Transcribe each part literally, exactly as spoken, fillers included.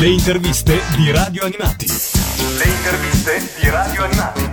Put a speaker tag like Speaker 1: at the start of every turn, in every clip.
Speaker 1: Le interviste di Radio Animati. Le interviste di Radio Animati.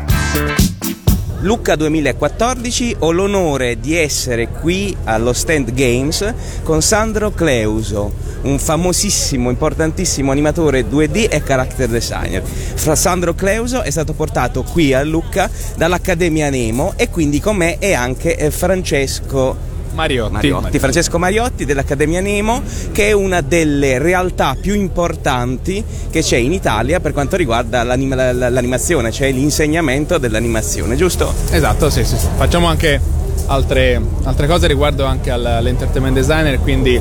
Speaker 2: Lucca duemilaquattordici, ho l'onore di essere qui allo Stand Games con Sandro Cleuso, un famosissimo, importantissimo animatore due D e character designer. Fra Sandro Cleuso è stato portato qui a Lucca dall'Accademia Nemo e quindi con me è anche Francesco
Speaker 3: Mariotti.
Speaker 2: Mariotti, Francesco Mariotti dell'Accademia Nemo, che è una delle realtà più importanti che c'è in Italia per quanto riguarda l'anim- l'animazione, cioè l'insegnamento dell'animazione, giusto?
Speaker 3: Esatto, sì, sì, sì. Facciamo anche altre, altre cose riguardo anche all'entertainment designer, quindi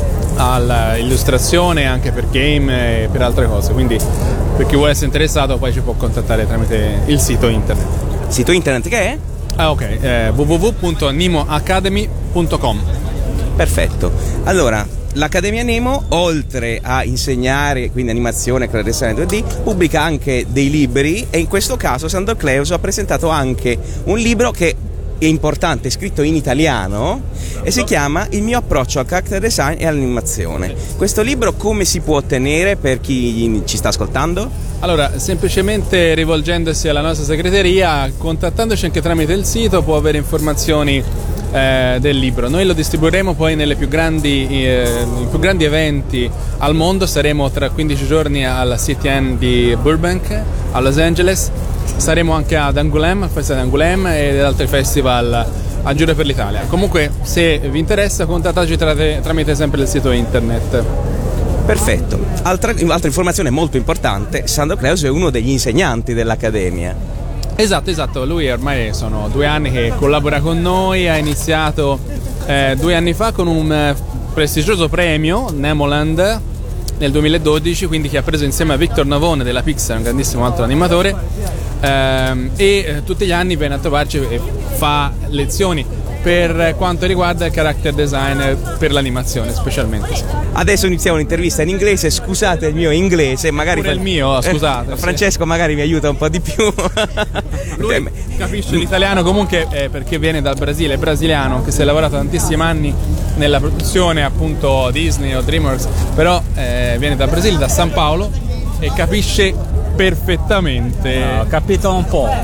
Speaker 3: all'illustrazione anche per game e per altre cose, quindi per chi vuole essere interessato poi ci può contattare tramite il sito internet.
Speaker 2: Sito internet che è?
Speaker 3: Ah, ok, eh, w w w punto nemo academy punto com.
Speaker 2: Perfetto. Allora, l'Accademia Nemo, oltre a insegnare quindi animazione, character design due D, pubblica anche dei libri e in questo caso Sandro Cleuso ha presentato anche un libro che è importante, scritto in italiano e si chiama Il mio approccio al character design e all'animazione. Questo libro come si può ottenere per chi ci sta ascoltando?
Speaker 3: Allora, semplicemente rivolgendosi alla nostra segreteria, contattandoci anche tramite il sito, può avere informazioni eh, del libro. Noi lo distribuiremo poi nelle più grandi, eh, i più grandi eventi al mondo. Saremo tra quindici giorni alla C T N di Burbank, a Los Angeles. Saremo anche ad Angoulême, al Festival di Angoulême e ad altri festival a giro per l'Italia. Comunque, se vi interessa, contattateci tramite, tramite sempre il sito internet.
Speaker 2: Perfetto. Altra, altra informazione molto importante, Sandro Cleuso è uno degli insegnanti dell'Accademia.
Speaker 3: Esatto, esatto, lui ormai sono due anni che collabora con noi, ha iniziato eh, due anni fa con un eh, prestigioso premio, Nemoland, nel duemiladodici, quindi che ha preso insieme a Victor Navone della Pixar, un grandissimo altro animatore, ehm, e eh, tutti gli anni viene a trovarci e fa lezioni per quanto riguarda il character design per l'animazione specialmente.
Speaker 2: Adesso iniziamo un'intervista in inglese, scusate il mio inglese, magari
Speaker 3: pure
Speaker 2: fa...
Speaker 3: il mio, scusate.
Speaker 2: Eh, Francesco sì. Magari mi aiuta un po' di più.
Speaker 3: Lui capisce l'italiano comunque eh, perché viene dal Brasile, è brasiliano, che si è lavorato tantissimi anni nella produzione appunto Disney o DreamWorks, però eh, viene dal Brasile, da San Paolo, e capisce perfettamente.
Speaker 4: Ho capito un po'.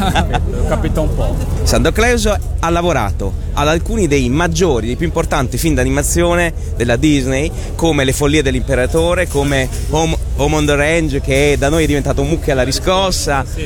Speaker 4: Ho capito un po'.
Speaker 2: Sandro Cleuso ha lavorato ad alcuni dei maggiori, dei più importanti film d'animazione della Disney, come Le follie dell'imperatore, come Home, Home on the Range, che da noi è diventato un mucchio alla riscossa, sì.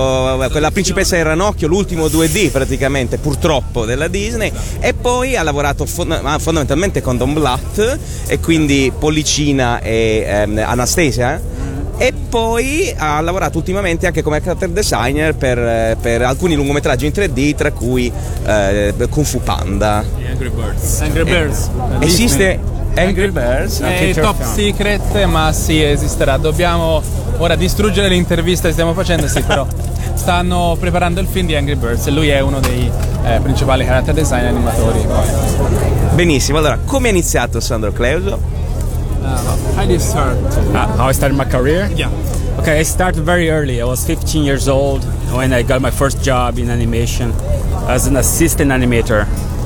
Speaker 2: uh, La principessa del ranocchio, l'ultimo due D praticamente, purtroppo, della Disney, e poi ha lavorato fond- fondamentalmente con Don Bluth e quindi Pollicina e um, Anastasia. E poi ha lavorato ultimamente anche come character designer per, per alcuni lungometraggi in tre D, tra cui eh, Kung Fu Panda.
Speaker 3: Angry Birds. Angry Birds.
Speaker 2: Eh, esiste Angry Birds?
Speaker 3: È top secret, ma sì, esisterà. Dobbiamo ora distruggere l'intervista che stiamo facendo, sì, però stanno preparando il film di Angry Birds e lui è uno dei eh, principali character design animatori.
Speaker 2: Benissimo, allora, come è iniziato Sandro Cleuso?
Speaker 4: Uh, how did you start? Uh, how I started my career?
Speaker 3: Yeah.
Speaker 4: Okay, I started very early. I was fifteen years old when I got my first job in animation as an assistant animator.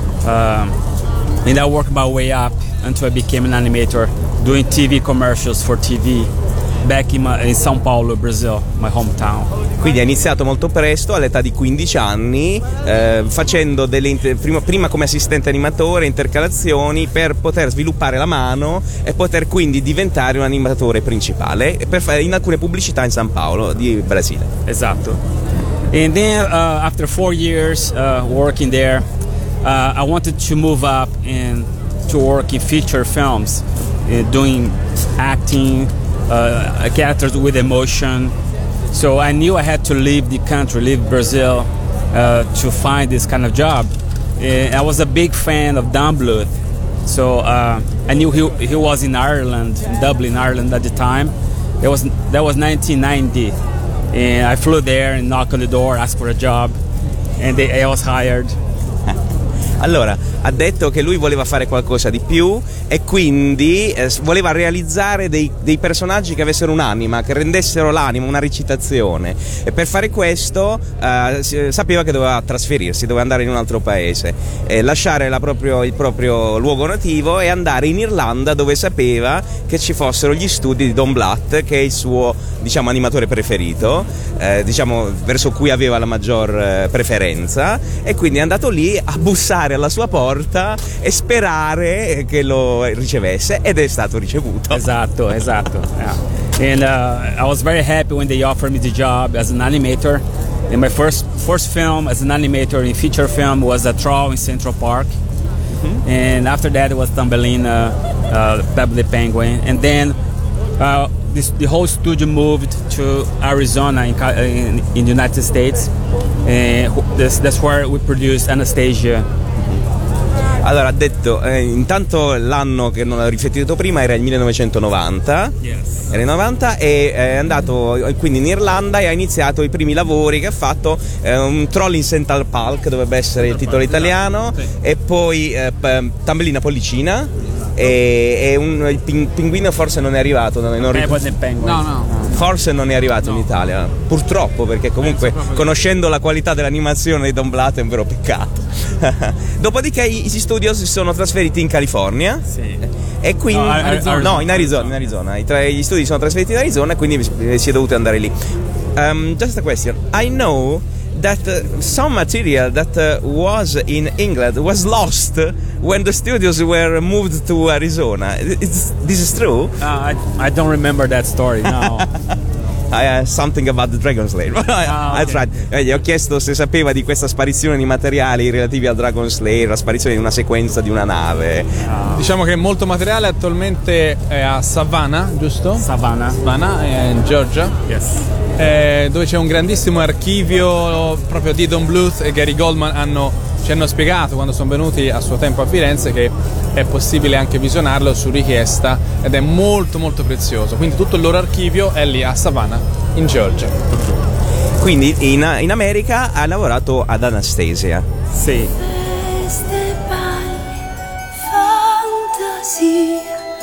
Speaker 4: Um, and I worked my way up until I became an animator, doing T V commercials for T V back in, my, in São Paulo, Brazil, my hometown.
Speaker 2: Quindi ha iniziato molto presto, all'età di quindici anni, eh, facendo delle inter- prima, prima come assistente animatore, intercalazioni per poter sviluppare la mano e poter quindi diventare un animatore principale per fare in alcune pubblicità in San Paolo di Brasile.
Speaker 4: Esatto. And then uh, after four years uh, working there, uh, I wanted to move up and to work in feature films, uh, doing acting, uh, characters with emotion. So I knew I had to leave the country, leave Brazil, uh, to find this kind of job. And I was a big fan of Don Bluth, so uh, I knew he he was in Ireland, in Dublin, Ireland at the time. It was that was nineteen ninety, and I flew there and knocked on the door, asked for a job, and they, I was hired.
Speaker 2: Allora, ha detto che lui voleva fare qualcosa di più e quindi eh, voleva realizzare dei, dei personaggi che avessero un'anima, che rendessero l'anima, una recitazione, e per fare questo eh, sapeva che doveva trasferirsi, doveva andare in un altro paese, eh, lasciare la proprio, il proprio luogo nativo e andare in Irlanda, dove sapeva che ci fossero gli studi di Don Bluth, che è il suo, diciamo, animatore preferito, eh, diciamo, verso cui aveva la maggior eh, preferenza, e quindi è andato lì a bussare alla sua porta e sperare che lo ricevesse, ed è stato ricevuto.
Speaker 4: Esatto, esatto. Yeah. And uh, I was very happy when they offered me the job as an animator. And my first first film as an animator in feature film was A Troll in Central Park. Mm-hmm. And after that it was Thumbelina, uh, Pebble the Penguin. And then uh, this, the whole studio moved to Arizona in, in, in the United States. And this, that's where we produced Anastasia.
Speaker 2: Allora, ha detto, eh, intanto l'anno che non ho riflettuto prima era il millenovecentonovanta,
Speaker 4: Yes.
Speaker 2: era il novanta, e è andato quindi in Irlanda e ha iniziato i primi lavori che ha fatto, eh, un Troll in Central Park, dovrebbe essere il titolo italiano,
Speaker 3: sì.
Speaker 2: E poi eh, Tambellina Pollicina, e, e un, il ping, pinguino forse non è arrivato, non, non
Speaker 4: Pebble the Penguin.
Speaker 3: No, no.
Speaker 2: forse non è arrivato
Speaker 3: No.
Speaker 2: in Italia, purtroppo, perché comunque conoscendo la qualità dell'animazione di Don Bluth è un vero peccato. Dopodiché gli studios si sono trasferiti in California,
Speaker 4: Sì.
Speaker 2: e quindi
Speaker 4: No, Arizona.
Speaker 2: no, in Arizona, in Arizona. I tre, gli studi si sono trasferiti in Arizona e quindi si è dovuto andare lì. Um, just a question. I know that uh, some material that uh, was in England was lost when the studios were moved to Arizona. It's, this is true?
Speaker 4: Uh, I, I don't remember that story, no.
Speaker 2: I, uh, something about the Dragon Slayer.
Speaker 4: Ah,
Speaker 2: I
Speaker 4: ok.
Speaker 2: tried. Eh, gli ho chiesto se sapeva di questa sparizione di materiali relativi al Dragon Slayer, la sparizione di una sequenza di una nave.
Speaker 3: Diciamo che molto materiale attualmente è a Savannah, giusto?
Speaker 4: Savannah.
Speaker 3: Savannah, è in Georgia.
Speaker 4: Yes.
Speaker 3: eh, dove c'è un grandissimo archivio proprio di Don Bluth, e Gary Goldman hanno, ci hanno spiegato quando sono venuti a suo tempo a Firenze che è possibile anche visionarlo su richiesta ed è molto molto prezioso. Quindi tutto il loro archivio è lì a Savannah, in Georgia.
Speaker 2: Quindi in, in America ha lavorato ad Anastasia.
Speaker 4: Sì.
Speaker 5: Queste palle, fantasia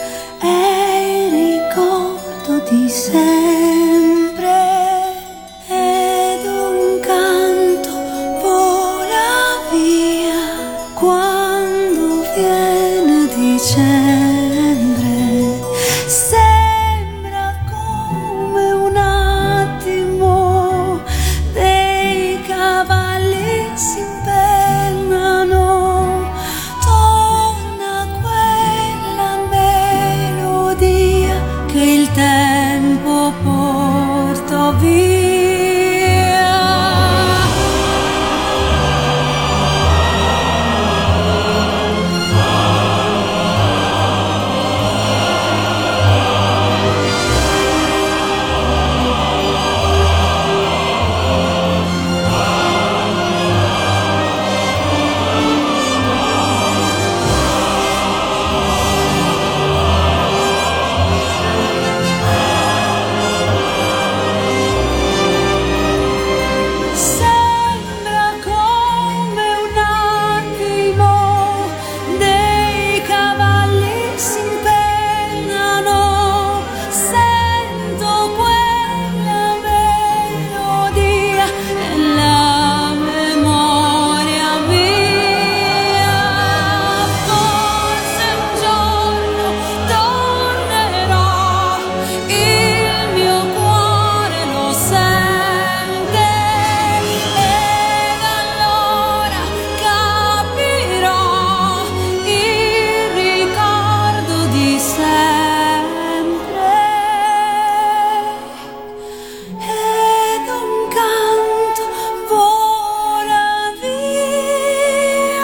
Speaker 5: e il ricordo di sempre, ed un canto vola via quando viene dicembre. Sembra come un attimo dei cavalli si impennano, torna quella melodia che il tempo porta via. Sembra come un attimo dei cavalli si impennano, sento quella melodia e la memoria mia. Forse un giorno tornerò, il mio cuore lo sente, ed allora capirò il ricordo di sempre, ed un canto vola via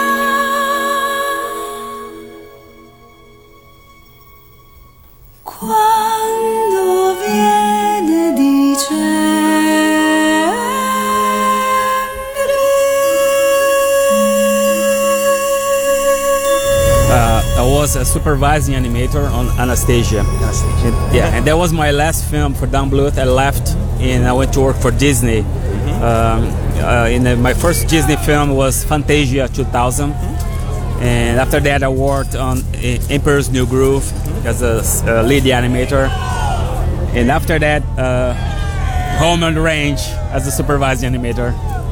Speaker 5: quando viene dicembre.
Speaker 4: Uh, I was a supervising animator on Anastasia. And, yeah, and that was my last film for Don Bluth. I left and I went to work for Disney. Um, uh, in uh, my first Disney film was Fantasia two thousand, And after that, I worked on uh, Emperor's New Groove as a uh, lead animator. And after that, uh, Home on the Range as a supervising animator.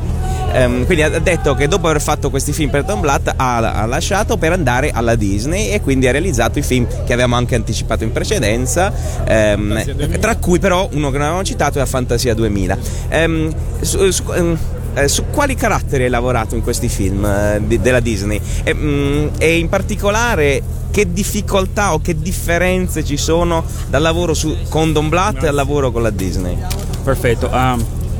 Speaker 2: Um, quindi ha detto che dopo aver fatto questi film per Don Bluth ha, ha lasciato per andare alla Disney e quindi ha realizzato i film che avevamo anche anticipato in precedenza, um, tra cui però uno che non avevamo citato è la Fantasia duemila. Um, su, su, um, Eh, su quali caratteri hai lavorato in questi film eh, di, della Disney e, mh, e in particolare che difficoltà o che differenze ci sono dal lavoro su, con Don Bluth al lavoro con la Disney?
Speaker 4: Perfetto. Um,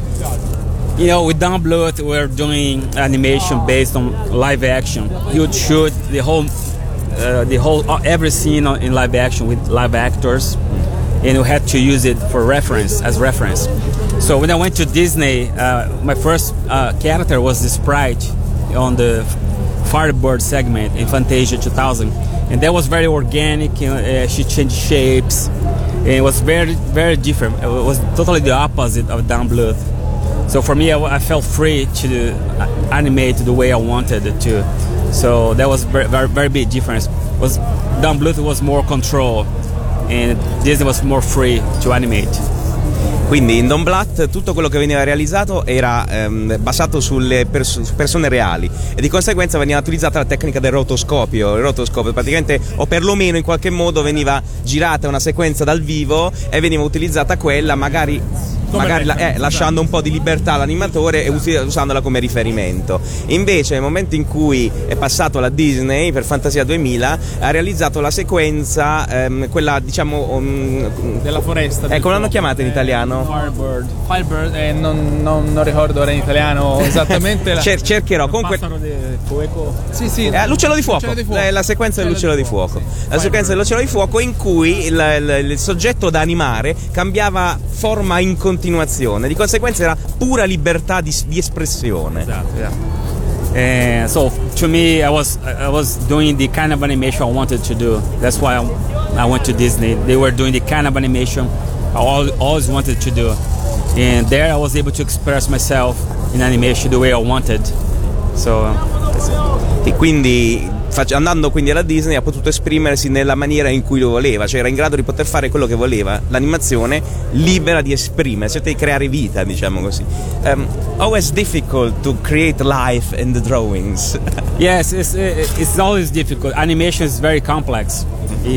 Speaker 4: you know, with Don Bluth, we're doing animation based on live action. He would shoot the whole, uh, the whole, uh, every scene in live action with live actors, and we had to use it for reference, as reference. So when I went to Disney, uh, my first uh, character was the sprite on the Firebird segment in Fantasia two thousand, and that was very organic. You know, uh, she changed shapes, and it was very, very different. It was totally the opposite of Don Bluth. So for me, I, I felt free to animate the way I wanted it to. So that was very, very, very big difference. Was Don Bluth was more control, and Disney was more free to animate.
Speaker 2: Quindi in Don Bluth tutto quello che veniva realizzato era ehm, basato sulle pers- su persone reali e di conseguenza veniva utilizzata la tecnica del rotoscopio. Il rotoscopio praticamente, o perlomeno in qualche modo, veniva girata una sequenza dal vivo e veniva utilizzata quella magari, magari la, eh, lasciando un po' di libertà all'animatore e us- usandola come riferimento. Invece nel momento in cui è passato alla Disney per Fantasia duemila ha realizzato la sequenza, ehm, quella diciamo um,
Speaker 3: della foresta.
Speaker 2: Eh, come l'hanno chiamata in italiano?
Speaker 3: Firebird. Firebird, eh, non, non, non ricordo ora in italiano esattamente. La,
Speaker 2: Cer- cercherò. Comunque,
Speaker 3: di fuoco. Sì, sì.
Speaker 2: Eh, l'uccello di fuoco.
Speaker 3: L'uccello di fuoco.
Speaker 2: Eh, la sequenza dell'uccello di fuoco. Sì. La sequenza dell'uccello di fuoco in cui il, il, il soggetto da animare cambiava forma in continuazione. Di conseguenza era pura libertà di, di espressione.
Speaker 4: Esatto, yeah. And so to me, I was I was doing the kind of animation I wanted to do. That's why I, I went to Disney. They were doing the kind of animation I always wanted to do, and there I was able to express myself in animation the way I wanted. So
Speaker 2: e quindi andando quindi alla Disney ha potuto esprimersi nella maniera in cui lo voleva, cioè era in grado di poter fare quello che voleva, l'animazione libera di esprimersi, di creare vita, diciamo così. Um, always difficult to create life in the drawings.
Speaker 4: Yes, it's it's always difficult. Animation is very complex.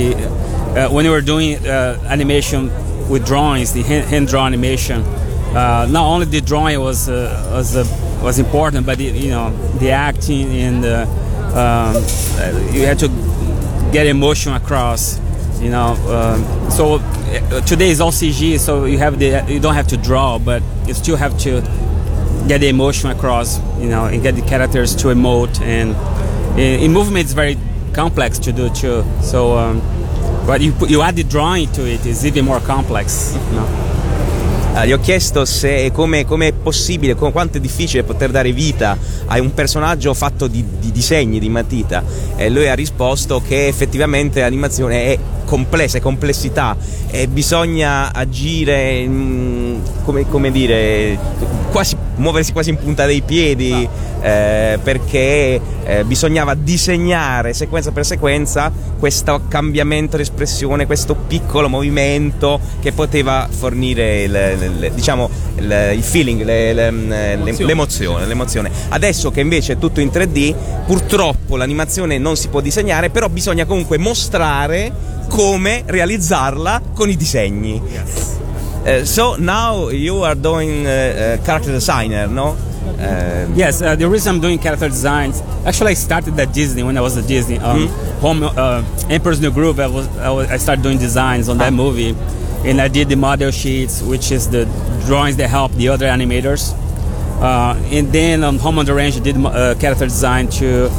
Speaker 4: Uh, when you were doing uh, animation with drawings, the hand, hand drawn animation, uh, not only the drawing was uh, was uh, was important, but the, you know the acting and uh, um, you had to get emotion across. You know, um, so uh, today is all C G, so you have the you don't have to draw, but you still have to get the emotion across. You know, and get the characters to emote, and in, in movement it's very complex to do too. So. Um, But you, put, you add the drawing to it, it's even more complex. No?
Speaker 2: Uh, gli ho chiesto se come è possibile, com- quanto è difficile poter dare vita a un personaggio fatto di, di disegni, di matita, e lui ha risposto che effettivamente l'animazione è complessa, è complessità e bisogna agire mh, come, come dire quasi muoversi quasi in punta dei piedi, eh, perché eh, bisognava disegnare sequenza per sequenza questo cambiamento di espressione, questo piccolo movimento che poteva fornire il, il, diciamo il, il feeling, le, le, l'emozione. l'emozione, l'emozione. Adesso che invece è tutto in tre D, purtroppo l'animazione non si può disegnare, però bisogna comunque mostrare come realizzarla con i disegni.
Speaker 4: Yes.
Speaker 2: Uh, so now you are doing uh, uh, character designer, no? Uh,
Speaker 4: yes, uh, the reason I'm doing character designs, actually I started at Disney when I was at Disney. Um, mm-hmm. Home, uh, Emperor's New Groove, I, was, I, was, I started doing designs on that movie, and I did the model sheets, which is the drawings that help the other animators. Uh, and then on Home on the Range, I did uh, character design too.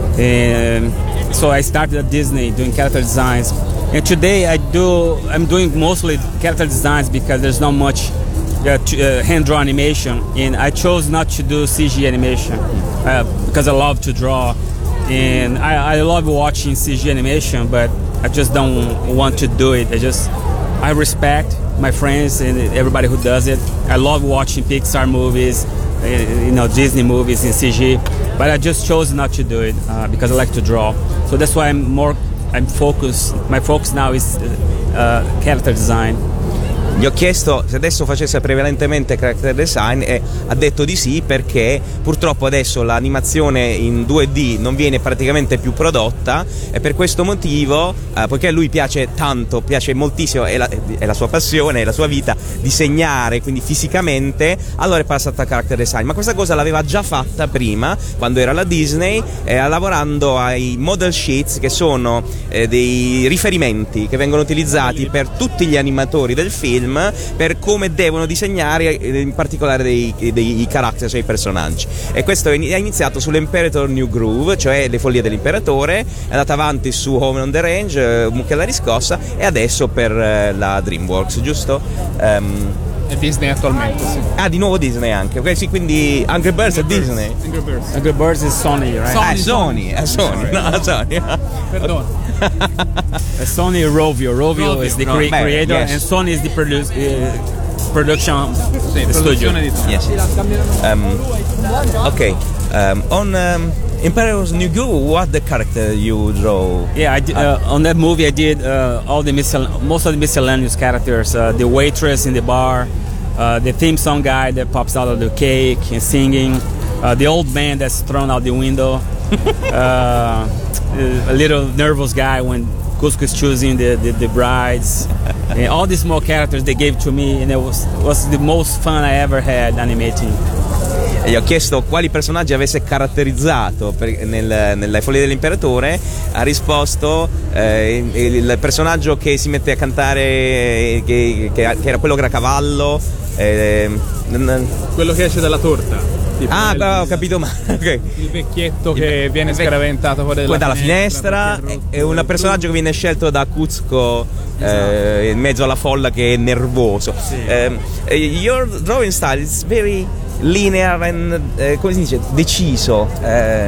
Speaker 4: And so I started at Disney doing character designs. And today I do, I'm doing mostly character designs because there's not much uh, uh, hand-drawn animation, and I chose not to do C G animation uh, because I love to draw, and I, I love watching C G animation, but I just don't want to do it. I just, I respect my friends and everybody who does it. I love watching Pixar movies, you know, Disney movies in C G, but I just chose not to do it uh, because I like to draw. So that's why I'm more, I'm focused, my focus now is uh, character design.
Speaker 2: Gli ho chiesto se adesso facesse prevalentemente character design e ha detto di sì, perché purtroppo adesso l'animazione in due D non viene praticamente più prodotta, e per questo motivo, eh, poiché a lui piace tanto, piace moltissimo, è la, è la sua passione, è la sua vita, disegnare, quindi fisicamente, allora è passata a character design. Ma questa cosa l'aveva già fatta prima, quando era alla Disney, eh, lavorando ai model sheets, che sono eh, dei riferimenti che vengono utilizzati per tutti gli animatori del film per come devono disegnare in particolare dei, dei character, cioè i personaggi. E questo è iniziato sull'Imperator New Groove, cioè Le follie dell'imperatore, è andata avanti su Home on the Range, uh, Mucche alla riscossa, e adesso per uh, la DreamWorks, giusto? Um,
Speaker 3: E Disney attualmente, sì.
Speaker 2: Ah, di nuovo Disney anche, ok, sì, quindi Angry Birds è Disney.
Speaker 3: Angry Birds.
Speaker 4: Angry Birds is Sony, right?
Speaker 2: Ah, è Sony, è Sony, no, Sony.
Speaker 3: Perdono.
Speaker 4: Uh, Sony Rovio. Rovio
Speaker 3: Rovio.
Speaker 4: is the
Speaker 2: No,
Speaker 4: cre-
Speaker 2: beh,
Speaker 4: creator,
Speaker 2: yes.
Speaker 4: and Sony is the produce, uh, production
Speaker 3: Sì,
Speaker 4: studio.
Speaker 3: produzione di
Speaker 2: Yes. Um, ok, um, on um, Emperor's New Groove, what the character you draw?
Speaker 4: Yeah, I did, uh, on that movie I did uh, all the miscell- most of the miscellaneous characters, uh, the waitress in the bar, uh, the theme song guy that pops out of the cake and singing, uh, the old man that's thrown out the window, uh, a little nervous guy when Cusco is choosing the, the, the brides, and all these small characters they gave to me, and it was was the most fun I ever had animating.
Speaker 2: E gli ho chiesto quali personaggi avesse caratterizzato per, nel, nelle follie dell'imperatore. Ha risposto eh, il, il personaggio che si mette a cantare, eh, che, che, che era quello che era cavallo, eh, n-
Speaker 3: Quello che esce dalla torta. Tipo
Speaker 2: ah
Speaker 3: nel-
Speaker 2: beh, ho capito male, ok.
Speaker 3: Il vecchietto che
Speaker 2: Il-
Speaker 3: viene
Speaker 2: il vec-
Speaker 3: scaraventato fuori
Speaker 2: Poi
Speaker 3: dalla
Speaker 2: dalla finestra,
Speaker 3: perché è rotto
Speaker 2: è un
Speaker 3: il
Speaker 2: personaggio che viene scelto da Cuzco, eh, in mezzo alla folla, che è nervoso. Eh, eh, your drawing style is very linear and eh, come si dice, deciso. Eh,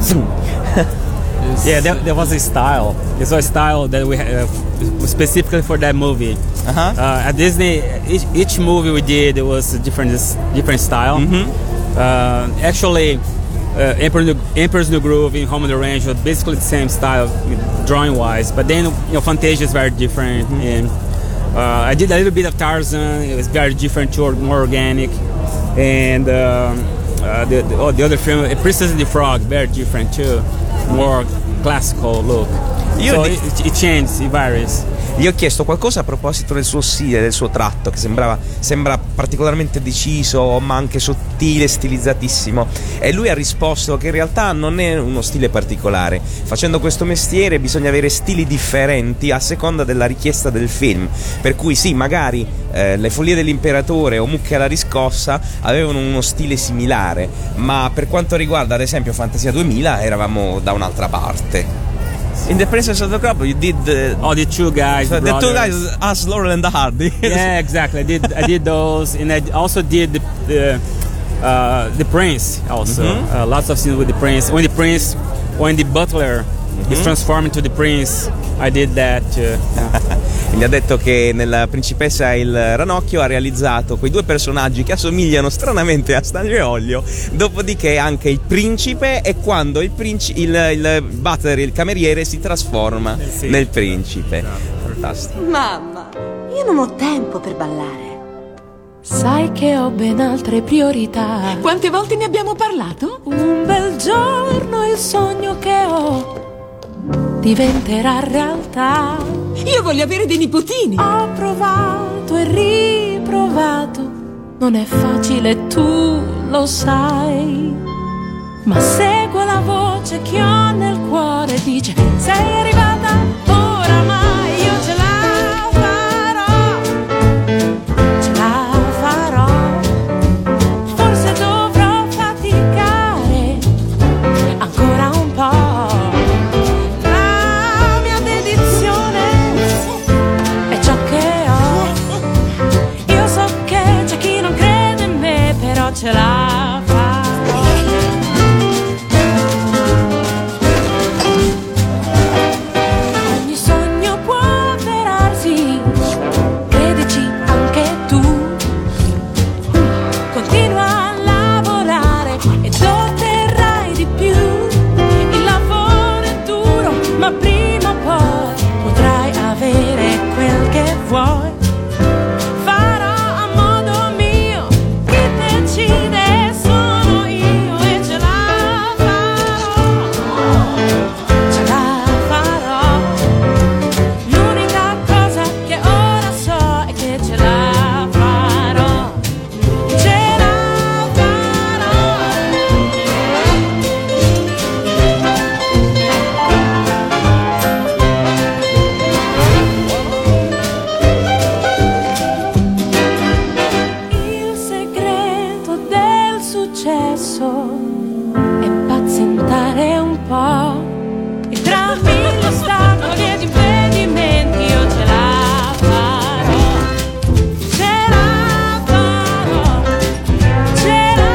Speaker 4: Yeah, there, there was a style. There's a style that we uh, specifically for that movie.
Speaker 2: Uh-huh.
Speaker 4: Uh, at Disney, each, each movie we did it was a different different style.
Speaker 2: Mhm.
Speaker 4: Uh, actually, uh, Emperor New, Emperor's New Groove in Home on the Range was basically the same style, drawing wise. But then, you know, Fantasia is very different, and uh, I did a little bit of Tarzan. It was very different, too, more organic, and. Um, Uh, the, the, oh, the other film, Princess and the Frog, very different too, more classical look.
Speaker 2: Io
Speaker 4: so
Speaker 2: di-
Speaker 4: it, it changes, it varies.
Speaker 2: Gli ho chiesto qualcosa a proposito del suo stile, del suo tratto, che sembrava sembra particolarmente deciso, ma anche sottile, stilizzatissimo. E lui ha risposto che in realtà non è uno stile particolare. Facendo questo mestiere bisogna avere stili differenti a seconda della richiesta del film. Per cui sì, magari eh, Le follie dell'imperatore o Mucche alla riscossa avevano uno stile similare, ma per quanto riguarda ad esempio Fantasia duemila eravamo da un'altra parte. In The Princess of the Crop you did the,
Speaker 4: Oh, the two guys,
Speaker 2: the,
Speaker 4: the
Speaker 2: the two
Speaker 4: brothers.
Speaker 2: guys, us, Laurel and Hardy.
Speaker 4: Yeah, exactly. I did, I did those, and I also did the the, uh, the Prince also.
Speaker 2: Mhm.
Speaker 4: Uh, lots of scenes with the Prince. When the Prince, when the butler is transformed into the Prince, I did that too. Yeah.
Speaker 2: Gli ha detto che nella Principessa e il Ranocchio ha realizzato quei due personaggi che assomigliano stranamente a Stanlio e Olio, dopodiché anche il principe e quando il, princi- il, il butler, il cameriere si trasforma
Speaker 4: Sì.
Speaker 2: nel principe. Fantastico.
Speaker 5: Mamma, io non ho tempo per ballare.
Speaker 6: Sai che ho ben altre priorità.
Speaker 5: Quante volte ne abbiamo parlato?
Speaker 6: Un bel giorno il sogno che ho diventerà realtà.
Speaker 5: Io voglio avere dei nipotini.
Speaker 6: Ho provato e riprovato, non è facile, tu lo sai. Ma seguo la voce che ho nel cuore, dice sei arrivata oramai, io ce la farò, ce la farò. Forse dovrò faticare ancora un po'. La mia dedizione è ciò che ho. Io so che c'è chi non crede in me, però ce la farò. Ogni sogno può vuoi. Farò a modo mio, chi decide sono io e ce la farò, ce la farò. L'unica cosa che ora so è che ce la farò, ce la farò. Il segreto del successo è pazientare un po', e tra mille ostacoli ed impedimenti io ce la farò, ce la farò, ce la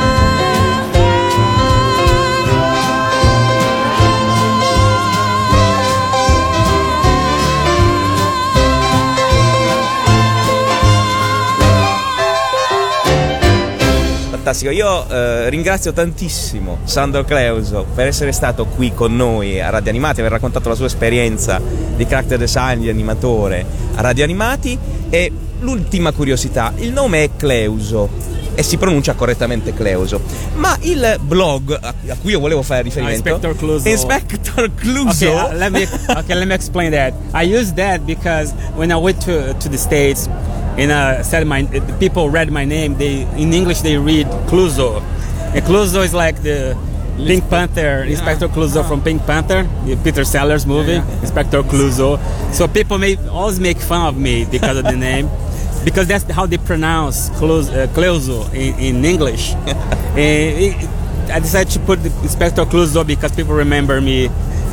Speaker 2: Fantastico, io eh, ringrazio tantissimo Sandro Cleuso per essere stato qui con noi a Radio Animati, aver raccontato la sua esperienza di character design, di animatore a Radio Animati. E l'ultima curiosità, il nome è Cleuso e si pronuncia correttamente Cleuso, ma il blog a a cui io volevo fare riferimento,
Speaker 4: Ah, Inspector Clouseau.
Speaker 2: Inspector Clouseau.
Speaker 4: Okay, uh, let me okay, let me explain that. I used that because when I went to to the States and uh, said my the people read my name, they in English they read Clouseau, and Clouseau is like the Pink Panther, Inspector Clouseau from Pink Panther, the Peter Sellers movie, Inspector Clouseau. So people may always make fun of me because of the name, because that's how they pronounce Clous- uh, Clouseau in, in English. And it, I decided to put the Inspector Clouseau because people remember me,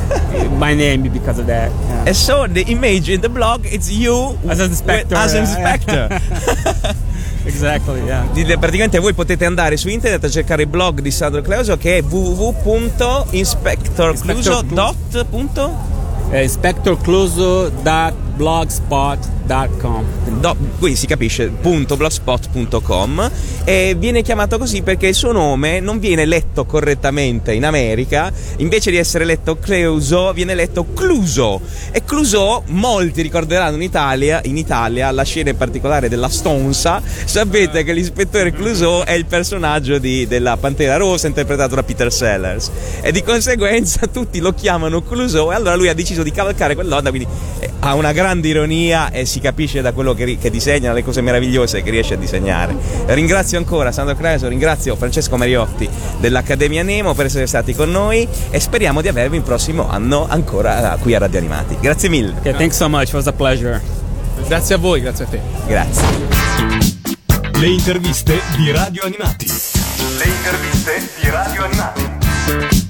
Speaker 4: my name because of that. Yeah.
Speaker 2: And so the image in the blog, it's you
Speaker 4: As an inspector,
Speaker 2: with- as an
Speaker 4: yeah.
Speaker 2: inspector.
Speaker 4: Exactly, yeah.
Speaker 2: Di- Praticamente voi potete andare su internet a cercare il blog di Sandro Cleuso, che è w w w punto inspector clouseau dot
Speaker 4: Inspector Clouseau dot blogspot dot com.
Speaker 2: Do, qui si capisce punto blogspot punto com, e viene chiamato così perché il suo nome non viene letto correttamente in America, invece di essere letto Cleuso viene letto Clouseau, e Clouseau molti ricorderanno in Italia, in Italia la scena in particolare della Stonza. Sapete che l'ispettore Clouseau è il personaggio di, della Pantera Rossa interpretato da Peter Sellers, e di conseguenza tutti lo chiamano Clouseau, e allora lui ha deciso di cavalcare quell'onda, quindi eh, ha una grande ironia e si capisce da quello che, ri- che disegna, le cose meravigliose che riesce a disegnare. Ringrazio ancora Sandro Cleuso, ringrazio Francesco Mariotti dell'Accademia Nemo per essere stati con noi, e speriamo di avervi il prossimo anno ancora qui a Radio Animati. Grazie mille.
Speaker 4: Okay, thanks so much. It was a pleasure.
Speaker 3: Grazie a voi, grazie a te.
Speaker 2: Grazie.
Speaker 1: Le interviste di Radio Animati. Le interviste di Radio Animati.